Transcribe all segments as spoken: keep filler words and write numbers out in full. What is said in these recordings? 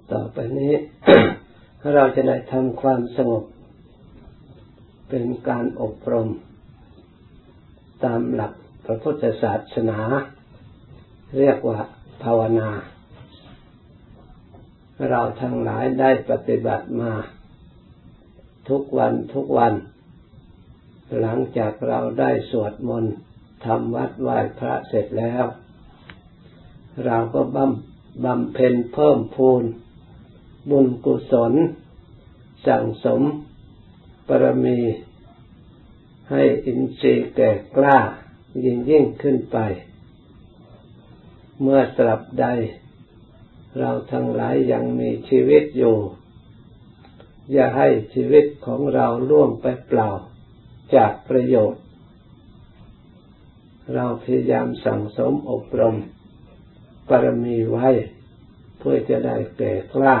ต่อไปนี้ เราจะได้ทำความสงบเป็นการอบรมตามหลักพระพุทธศาสนาเรียกว่าภาวนาเราทั้งหลายได้ปฏิบัติมาทุกวันทุกวันหลังจากเราได้สวดมนต์ทำวัดไหว้พระเสร็จแล้วเราก็บำบำเพ็ญเพิ่มพูนบุญกุศลสั่งสมบารมีให้อินทรีย์แก่กล้ายิ่งยิ่งขึ้นไปเมื่อตราบใดเราทั้งหลายยังมีชีวิตอยู่อย่าให้ชีวิตของเราล่วงไปเปล่าจากประโยชน์เราพยายามสั่งสมอบรมบารมีไว้เพื่อจะได้แก่กล้า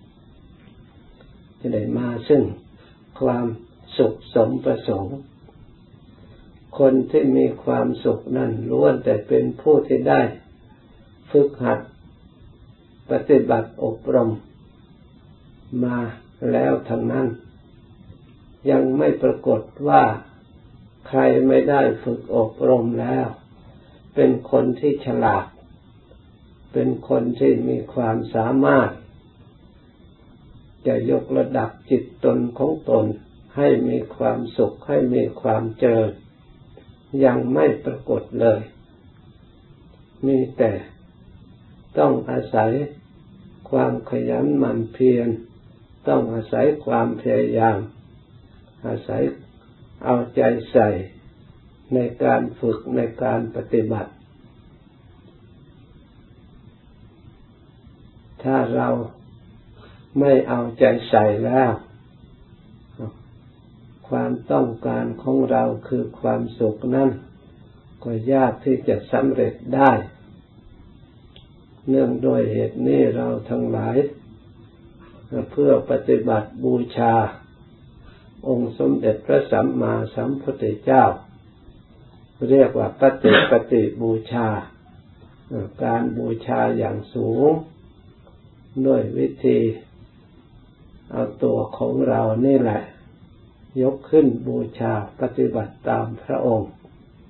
จะได้มาซึ่งความสุขสมประสงค์คนที่มีความสุขนั้นล้วนแต่เป็นผู้ที่ได้ฝึกหัดปฏิบัติอบรมมาแล้วทั้งนั้นยังไม่ปรากฏว่าใครไม่ได้ฝึกอบรมแล้วเป็นคนที่ฉลาดเป็นคนที่มีความสามารถจะยกระดับจิตตนของตนให้มีความสุขให้มีความเจริญยังไม่ปรากฏเลยมีแต่ต้องอาศัยความขยันหมั่นเพียรต้องอาศัยความพยายามอาศัยเอาใจใส่ในการฝึกในการปฏิบัติถ้าเราไม่เอาใจใส่แล้วความต้องการของเราคือความสุขนั้นก็ยากที่จะสำเร็จได้เนื่องด้วยเหตุนี้เราทั้งหลายเพื่อปฏิบัติบูชาองค์สมเด็จพระสัมมาสัมพุทธเจ้าเรียกว่าปฏิปฏิบูชาการบูชาอย่างสูงด้วยวิธีเอาตัวของเรานี่แหละยกขึ้นบูชาปฏิบัติตามพระองค์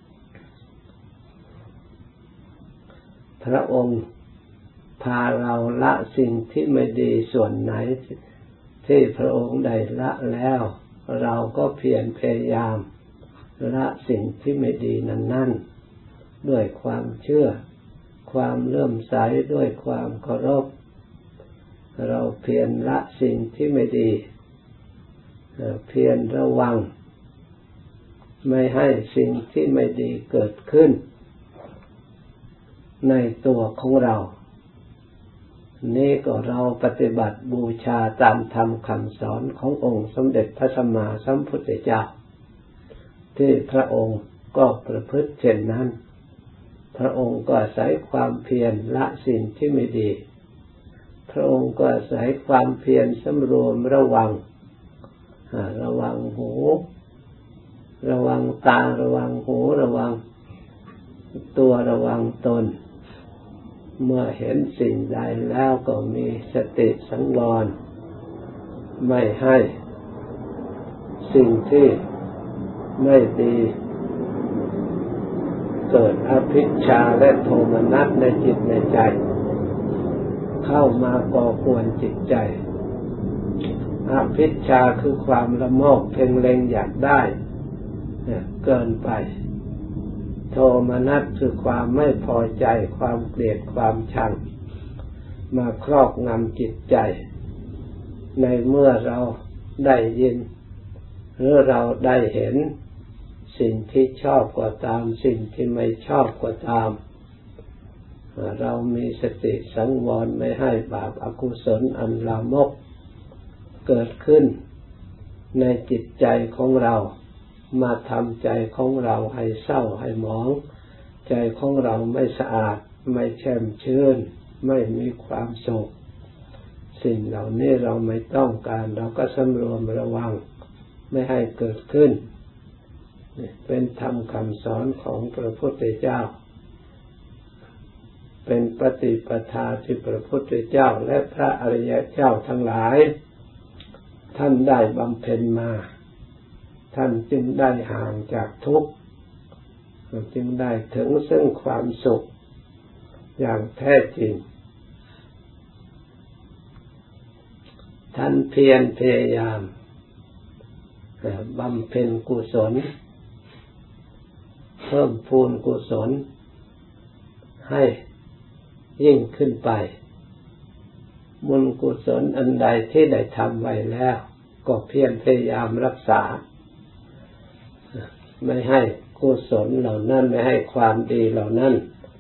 พระองค์พาเราละสิ่งที่ไม่ดีส่วนไหนที่พระองค์ได้ละแล้วเราก็เพียรพยายามละสิ่งที่ไม่ดีนั้นนั่นด้วยความเชื่อความเลื่อมใสด้วยความเคารพเราเพียรละสิ่งที่ไม่ดีเพียรระวังไม่ให้สิ่งที่ไม่ดีเกิดขึ้นในตัวของเรานี่ก็เราปฏิบัติบูชาตามธรรมคำสอนขององค์สมเด็จพระสัมมาสัมพุทธเจ้าที่พระองค์ก็ประพฤติเช่นนั้นพระองค์ก็อาศัยความเพียรละสิ่งที่ไม่ดีพระองค์ก็อาศัยความเพียรสำรวมระวังระวังหูระวังตาระวังหูระวังตัวระวังตนเมื่อเห็นสิ่งใดแล้วก็มีสติสังวรไม่ให้สิ่งที่ไม่ดีเกิดอภิชฌาและโทมนัสในจิตในใจเข้ามาก่อกวนจิตใจอภิชฌาคือความละโมบเพ่งเล็งอยากได้เกินไปโทมนัสคือความไม่พอใจความเกลียดความชังมาครอบงำจิตใจในเมื่อเราได้ยินหรือเราได้เห็นสิ่งที่ชอบก็ตามสิ่งที่ไม่ชอบก็ตามเรามีสติสังวรไม่ให้บาปอกุศลอันลามกเกิดขึ้นในจิตใจของเรามาทำใจของเราให้เศร้าให้หมองใจของเราไม่สะอาดไม่แช่มชื่นไม่มีความสุขสิ่งเหล่านี้เราไม่ต้องการเราก็สำรวมระวังไม่ให้เกิดขึ้นเป็นธรรมคำสอนของพระพุทธเจ้าเป็นปฏิปทาที่พระพุทธเจ้าและพระอริยเจ้าทั้งหลายท่านได้บำเพ็ญมาท่านจึงได้ห่างจากทุกข์จึงได้ถึงซึ่งความสุขอย่างแท้จริงท่านเพียรพยายามบำเพ็ญกุศลเพิ่มพูนกุศลให้ยิ่งขึ้นไปบุญกุศลอันใดที่ได้ทำไว้แล้วก็เพียรพยายามรักษาไม่ให้กุศลเหล่านั้นไม่ให้ความดีเหล่านั้น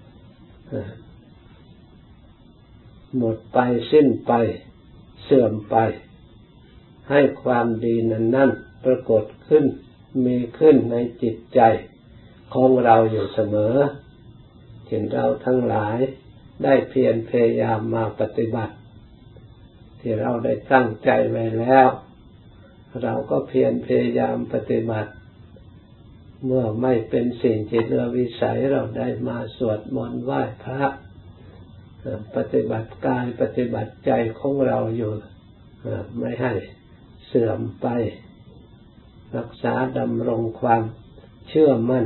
หมดไปสิ้นไปเสื่อมไปให้ความดีนั้นนั่นปรากฏขึ้นมีขึ้นในจิตใจของเราอยู่เสมอที่เราทั้งหลายได้เพียรพยายามมาปฏิบัติที่เราได้ตั้งใจไว้แล้วเราก็เพียรพยายามปฏิบัติเมื่อไม่เป็นสิ่งที่เหลือวิสัยเราได้มาสวดมนต์ไหว้พระปฏิบัติกายปฏิบัติใจของเราอยู่ไม่ให้เสื่อมไปรักษาดำรงความเชื่อมั่น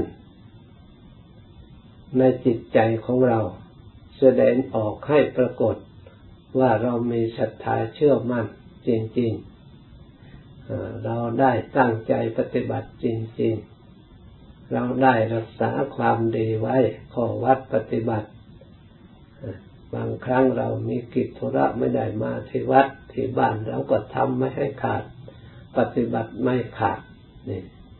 ในจิตใจของเราแสดงออกให้ปรากฏว่าเรามีศรัทธาเชื่อมั่นจริงๆเราได้ตั้งใจปฏิบัติจริงๆเราได้รักษาความดีไว้ข้อวัดปฏิบัติบางครั้งเรามีกิจธุระไม่ได้มาที่วัดที่บ้านเราก็ทำไม่ให้ขาดปฏิบัติไม่ขาดนี่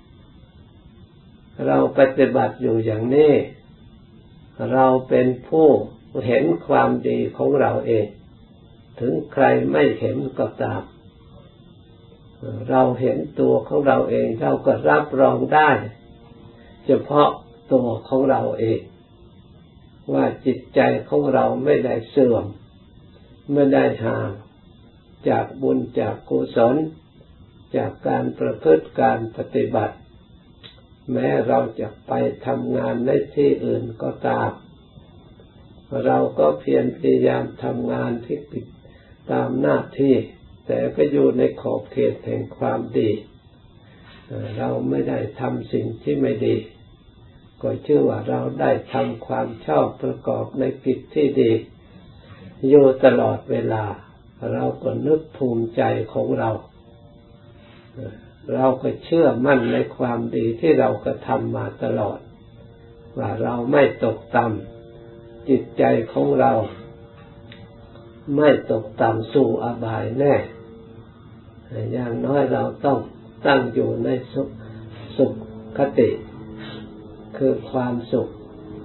เราปฏิบัติอยู่อย่างนี้เราเป็นผู้เห็นความดีของเราเองถึงใครไม่เห็นก็ตามเราเห็นตัวของเราเองเราก็รับรองได้เฉพาะตัวของเราเองว่าจิตใจของเราไม่ได้เสื่อมไม่ได้ห่างจากบุญจากกุศลจากการประพฤติการปฏิบัติแม้เราจะไปทำงานในที่อื่นก็ตามเราก็เพียรพยายามทำงานที่ติดตามหน้าที่แต่ก็อยู่ในขอบเขตแห่งความดีเราไม่ได้ทำสิ่งที่ไม่ดีก็ชื่อว่าเราได้ทำความชอบประกอบในกิจที่ดีอยู่ตลอดเวลาเราก็นึกภูมิใจของเราเราก็เชื่อมั่นในความดีที่เรากระทำมาตลอดว่าเราไม่ตกต่ำจิตใจของเราไม่ตกต่ำสู่อบายแน่อย่างน้อยเราต้องตั้งอยู่ในสุขสุขคติคือความสุข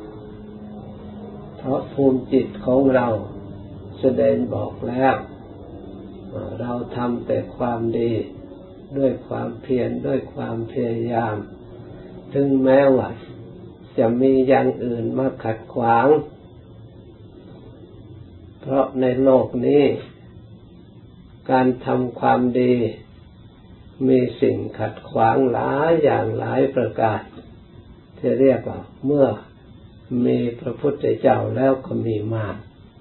เพราะภูมิจิตของเราแสดงบอกแล้วเราทำแต่ความดีด้วยความเพียรด้วยความพยายามถึงแม้ว่าจะมีอย่างอื่นมาขัดขวางเพราะในโลกนี้การทำความดีมีสิ่งขัดขวางหลายอย่างหลายประการที่เรียกว่าเมื่อมีพระพุทธเจ้าแล้วก็มีมาร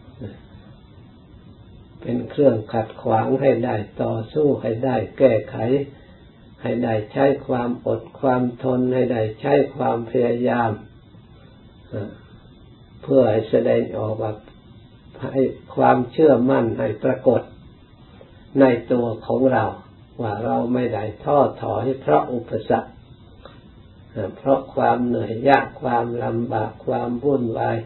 เป็นเครื่องขัดขวางให้ได้ต่อสู้ให้ได้แก้ไขให้ได้ใช้ความอดความทนให้ได้ใช้ความพยายามเพื่อให้แสดงออกว่าให้ความเชื่อมั่นให้ปรากฏในตัวของเราว่าเราไม่ได้ท้อถอยเพราะอุปสรรคเพราะความเหนื่อยยากความลำบากความวุ่นวาย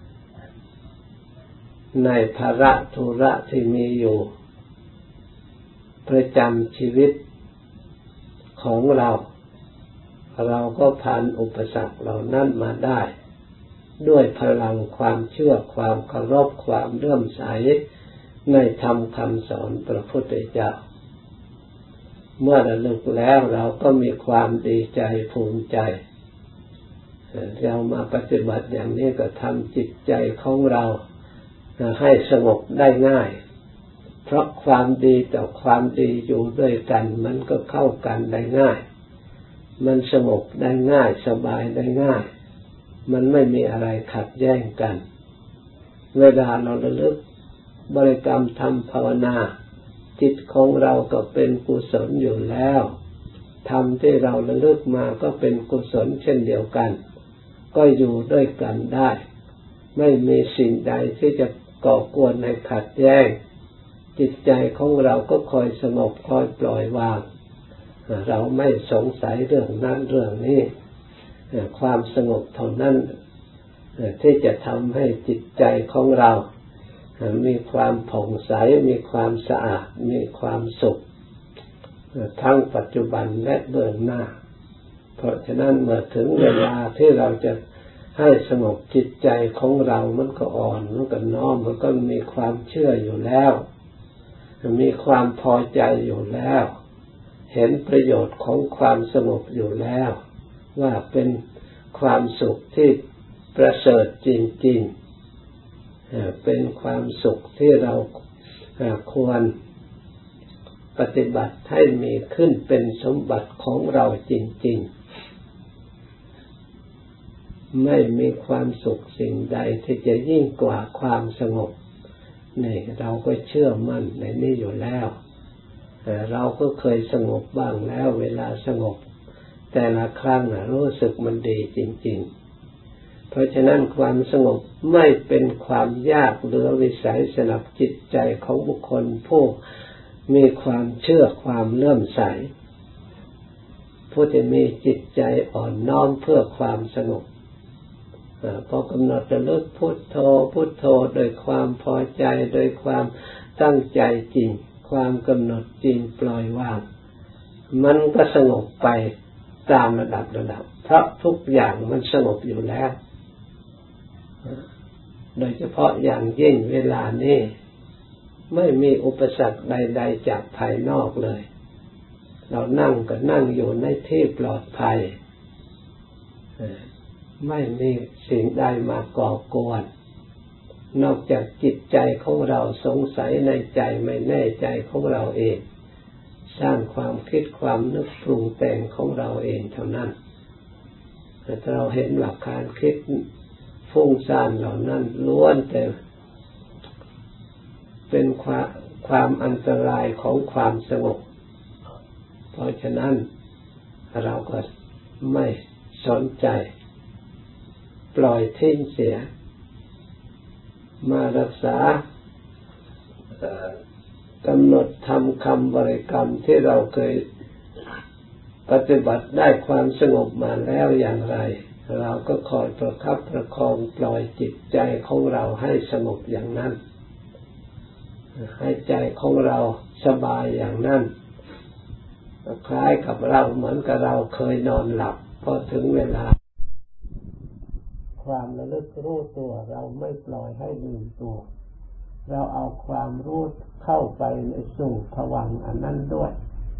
ในภาระธุระที่มีอยู่ประจำชีวิตของเราเราก็ผ่านอุปสรรคเหล่านั้นมาได้ด้วยพลังความเชื่อความเคารพความเลื่อมใสในธรรมคำสอนพระพุทธเจ้าเมื่อระลึกแล้วเราก็มีความดีใจภูมิใจเรามาปฏิบัติอย่างนี้ก็ทำจิตใจของเราให้สงบได้ง่ายเพราะความดีต่อความดีอยู่ด้วยกันมันก็เข้ากันได้ง่ายมันสงบได้ง่ายสบายได้ง่ายมันไม่มีอะไรขัดแย้งกันเวลาเราระลึกบริกรรมทำภาวนาจิตของเราก็เป็นกุศลอยู่แล้วธรรมที่เราระลึกมาก็เป็นกุศลเช่นเดียวกันก็อยู่ด้วยกันได้ไม่มีสิ่งใดที่จะก่อกวนให้ขัดแย้งจิตใจของเราก็คอยสงบคอยปล่อยวางเราไม่สงสัยเรื่องนั้นเรื่องนี้ความสงบเท่านั้นที่จะทำให้จิตใจของเรามีความผ่องใสมีความสะอาดมีความสุขทั้งปัจจุบันและเบื้องหน้าเพราะฉะนั้นเมื่อถึงเวลาที่เราจะให้สงบจิตใจของเรามันก็อ่อนมันก็น้อมมันก็มีความเชื่ออยู่แล้วมีความพอใจอยู่แล้วเห็นประโยชน์ของความสงบอยู่แล้วว่าเป็นความสุขที่ประเสริฐจริงๆเป็นความสุขที่เราควรปฏิบัติให้มีขึ้นเป็นสมบัติของเราจริงๆไม่มีความสุขสิ่งใดที่จะยิ่งกว่าความสงบนี่เราก็เชื่อมั่นในนี้อยู่แล้วเราก็เคยสงบบ้างแล้วเวลาสงบแต่ละครั้งรู้สึกมันดีจริงๆเพราะฉะนั้นความสงบไม่เป็นความยากเหลือวิสัยสำหรับจิตใจของบุคคลผู้มีความเชื่อความเลื่อมใสผู้ที่มีจิตใจอ่อนน้อมเพื่อความสงบพอกำหนดระลึกพุทโธพุทโธโดยความพอใจโดยความตั้งใจจริงความกำหนดจริงปล่อยวางมันก็สงบไปตามระดับระดับเพราะทุกอย่างมันสงบอยู่แล้วโดยเฉพาะอย่างยิ่งเวลานี้ไม่มีอุปสรรคใดๆจากภายนอกเลยเรานั่งก็นั่งอยู่ในที่ปลอดภัยไม่มีสิ่งใดมาก่อกวนนอกจากจิตใจของเราสงสัยในใจไม่แน่ใจของเราเองสร้างความคิดความนึกปรุงแต่งของเราเองเท่านั้นแต่เราเห็นว่าการคิดฟุ้งซ่านเหล่านั้นล้วนแต่เป็นความความอันตรายของความสงบเพราะฉะนั้นเราก็ไม่สนใจปล่อยทิ้งเสียมารักษากำหนดทำคำบริกรรมที่เราเคยปฏิบัติได้ความสงบมาแล้วอย่างไรเราก็คอยประคับประคองปล่อยจิตใจของเราให้สงบอย่างนั้นให้ใจของเราสบายอย่างนั้นคล้ายกับเราเหมือนกับเราเคยนอนหลับพอถึงเวลาความระลึกรู้ตัวเราไม่ปล่อยให้ลืมตัวเราเอาความรู้เข้าไปในสู่ภวังค์อันนั้นด้วย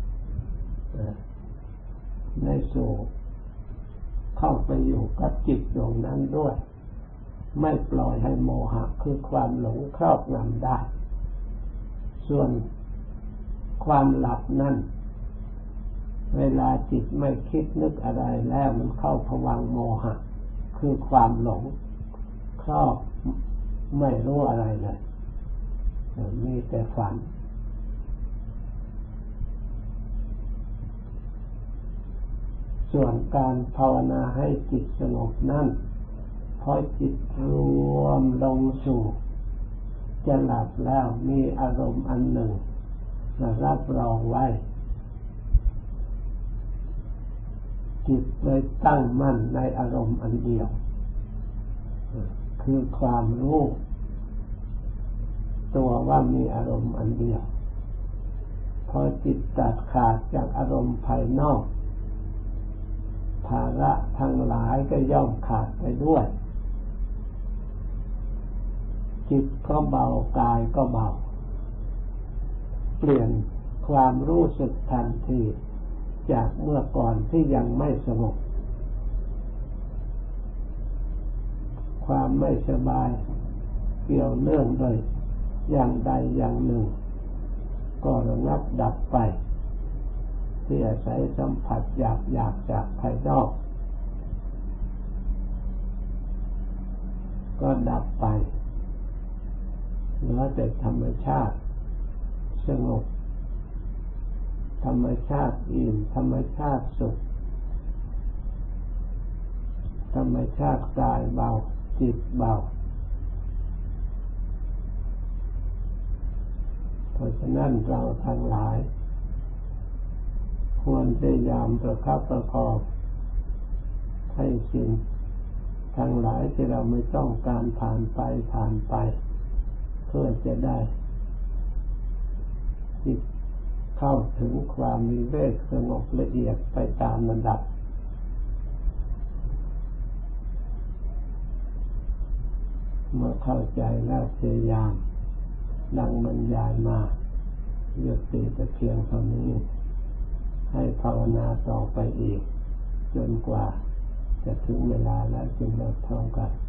ในสู่เข้าไปอยู่กับจิตดวงนั้นด้วยไม่ปล่อยให้โมหะคือความหลงครอบงำได้ส่วนความหลับนั้นเวลาจิตไม่คิดนึกอะไรแล้วมันเข้าภวังค์โมหะคือความหลงครอบไม่รู้อะไรเลยมีแต่ฝันส่วนการภาวนาให้จิตสงบนั้นพอจิตรวมลงสู่จะหลับแล้วมีอารมณ์อันหนึ่งรับรองไว้จิตเลยตั้งมั่นในอารมณ์อันเดียวคือความรู้ตัวว่ามีอารมณ์อันเดียวพอจิตตัดขาดจากอารมณ์ภายนอกภาระทั้งหลายก็ย่อมขาดไปด้วยจิตก็เบากายก็เบาเปลี่ยนความรู้สึกทันทีจากเมื่อก่อนที่ยังไม่สงบความไม่สบายเกี่ยวเนื่องโดยอย่างใดอย่างหนึ่งก็ระงับดับไปที่อาศัยสัมผัสหยาบหยาบจากภายนอกก็ดับไปเหลือแต่ธรรมชาติสงบธรรมชาติอิ่มธรรมชาติสุขธรรมชาติกายเบาจิตเบาเพราะฉะนั้นเราทั้งหลายควรพยายามประคับประคองให้สิ่งทั้งหลายที่เราไม่ต้องการผ่านไปผ่านไปเพื่อจะได้จิตเข้าถึงความวิเวกสงบละเอียดไปตามลำดับเมื่อเข้าใจแล้วพยายามดังบรรยายมายุติแต่เพียงเท่านี้ให้ภาวนาต่อไปอีกจนกว่าจะถึงเวลาแล้วจึงเลิกพร้อมกัน